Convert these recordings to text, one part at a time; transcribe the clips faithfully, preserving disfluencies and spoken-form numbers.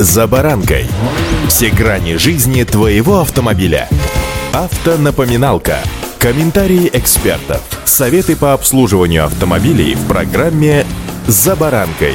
«За баранкой». Все грани жизни твоего автомобиля. Автонапоминалка. Комментарии экспертов. Советы по обслуживанию автомобилей в программе «За баранкой».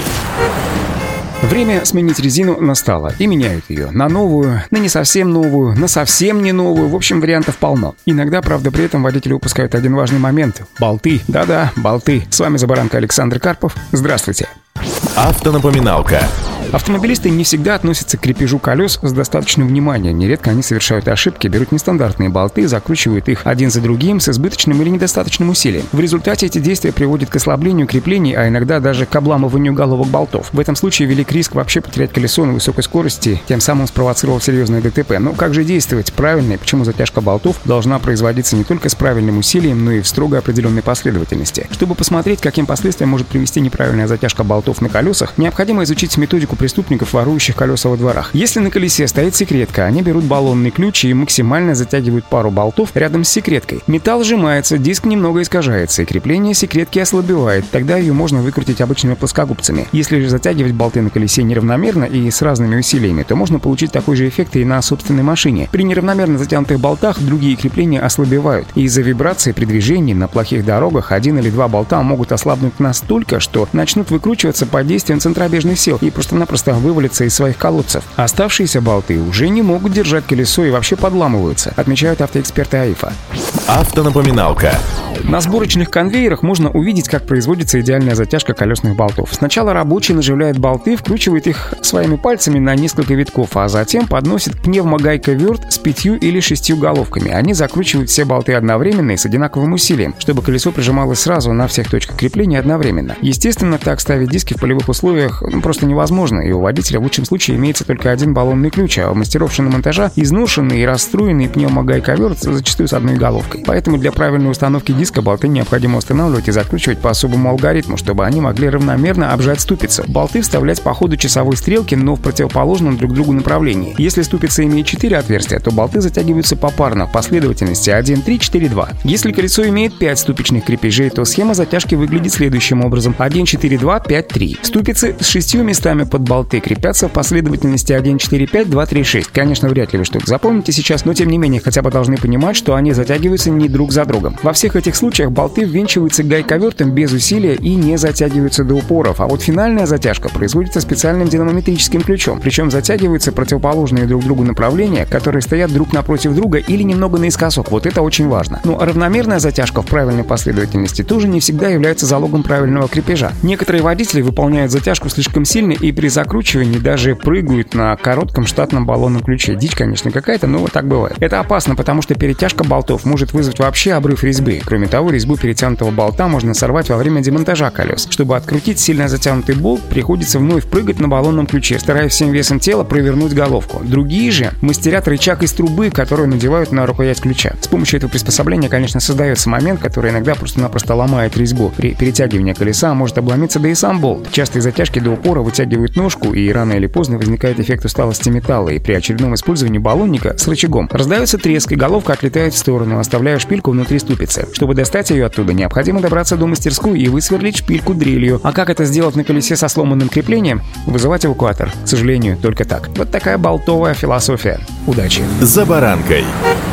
Время сменить резину настало, и меняют ее на новую, на не совсем новую, на совсем не новую. В общем, вариантов полно. Иногда, правда, при этом водители упускают один важный момент. Болты. Да-да, болты. С вами «За баранкой» Александр Карпов. Здравствуйте. Автонапоминалка. Автомобилисты не всегда относятся к крепежу колес с достаточным вниманием. Нередко они совершают ошибки, берут нестандартные болты, закручивают их один за другим с избыточным или недостаточным усилием. В результате эти действия приводят к ослаблению креплений, а иногда даже к обламыванию головок болтов. В этом случае велик риск вообще потерять колесо на высокой скорости, тем самым спровоцировав серьезное ДТП. Но как же действовать правильно и почему затяжка болтов должна производиться не только с правильным усилием, но и в строго определенной последовательности? Чтобы посмотреть, каким последствиям может привести неправильная затяжка болтов на колесах, необходимо изучить методику преступников, ворующих колеса во дворах. Если на колесе стоит секретка, они берут баллонный ключ и максимально затягивают пару болтов рядом с секреткой. Металл сжимается, диск немного искажается, и крепление секретки ослабевает. Тогда ее можно выкрутить обычными плоскогубцами. Если же затягивать болты на колесе неравномерно и с разными усилиями, то можно получить такой же эффект и на собственной машине. При неравномерно затянутых болтах другие крепления ослабевают. И из-за вибрации при движении на плохих дорогах один или два болта могут ослабнуть настолько, что начнут выкручиваться под действием центробежных сил и просто-напросто вывалиться из своих колодцев. Оставшиеся болты уже не могут держать колесо и вообще подламываются, отмечают автоэксперты АИФа. Автонапоминалка. На сборочных конвейерах можно увидеть, как производится идеальная затяжка колесных болтов. Сначала рабочий наживляет болты, вкручивает их своими пальцами на несколько витков, а затем подносит пневмогайковерт с пятью или шестью головками. Они закручивают все болты одновременно и с одинаковым усилием, чтобы колесо прижималось сразу на всех точках крепления одновременно. Естественно, так ставить диски в полевых условиях ну, просто невозможно, и у водителя в лучшем случае имеется только один баллонный ключ, а у мастеров шиномонтажа изношенный и расстроенный пневмогайковерт зачастую с одной головкой. Поэтому для правильной установки диска болты необходимо устанавливать и закручивать по особому алгоритму, чтобы они могли равномерно обжать ступицу. Болты вставлять по ходу часовой стрелки, но в противоположном друг другу направлении. Если ступица имеет четыре отверстия, то болты затягиваются попарно в последовательности один, три, четыре, два. Если колесо имеет пять ступичных крепежей, то схема затяжки выглядит следующим образом: один, четыре, два, пять, три. Ступицы с шестью местами под болты крепятся в последовательности один, четыре, пять, два, три, шесть. Конечно, вряд ли вы что-то запомните сейчас, но тем не менее хотя бы должны понимать, что они затягиваются не друг за другом. Во всех этих случаях болты ввинчиваются гайковертом без усилия и не затягиваются до упоров, а вот финальная затяжка производится специальным динамометрическим ключом, причем затягиваются противоположные друг другу направления, которые стоят друг напротив друга или немного наискосок. Вот это очень важно. Ну а равномерная затяжка в правильной последовательности тоже не всегда является залогом правильного крепежа. Некоторые водители выполняют затяжку слишком сильно и при закручивании даже прыгают на коротком штатном баллонном ключе. Дичь, конечно, какая-то, но вот так бывает. Это опасно, потому что перетяжка болтов может вызвать вообще обрыв резьбы. Кроме того, резьбу перетянутого болта можно сорвать во время демонтажа колес. Чтобы открутить сильно затянутый болт, приходится вновь прыгать на баллонном ключе, стараясь всем весом тела провернуть головку. Другие же мастерят рычаг из трубы, которую надевают на рукоять ключа. С помощью этого приспособления, конечно, создается момент, который иногда просто-напросто ломает резьбу. При перетягивании колеса может обломиться да и сам болт. Частые затяжки до упора вытягивают ножку, и рано или поздно возникает эффект усталости металла, и при очередном использовании баллонника с рычагом раздается треск, и головка отлетает в сторону, оставляя шпильку внутри ступицы. Чтобы достать ее оттуда, необходимо добраться до мастерской и высверлить шпильку дрелью. А как это сделать на колесе со сломанным креплением? Вызывать эвакуатор. К сожалению, только так. Вот такая болтовая философия. Удачи! За баранкой.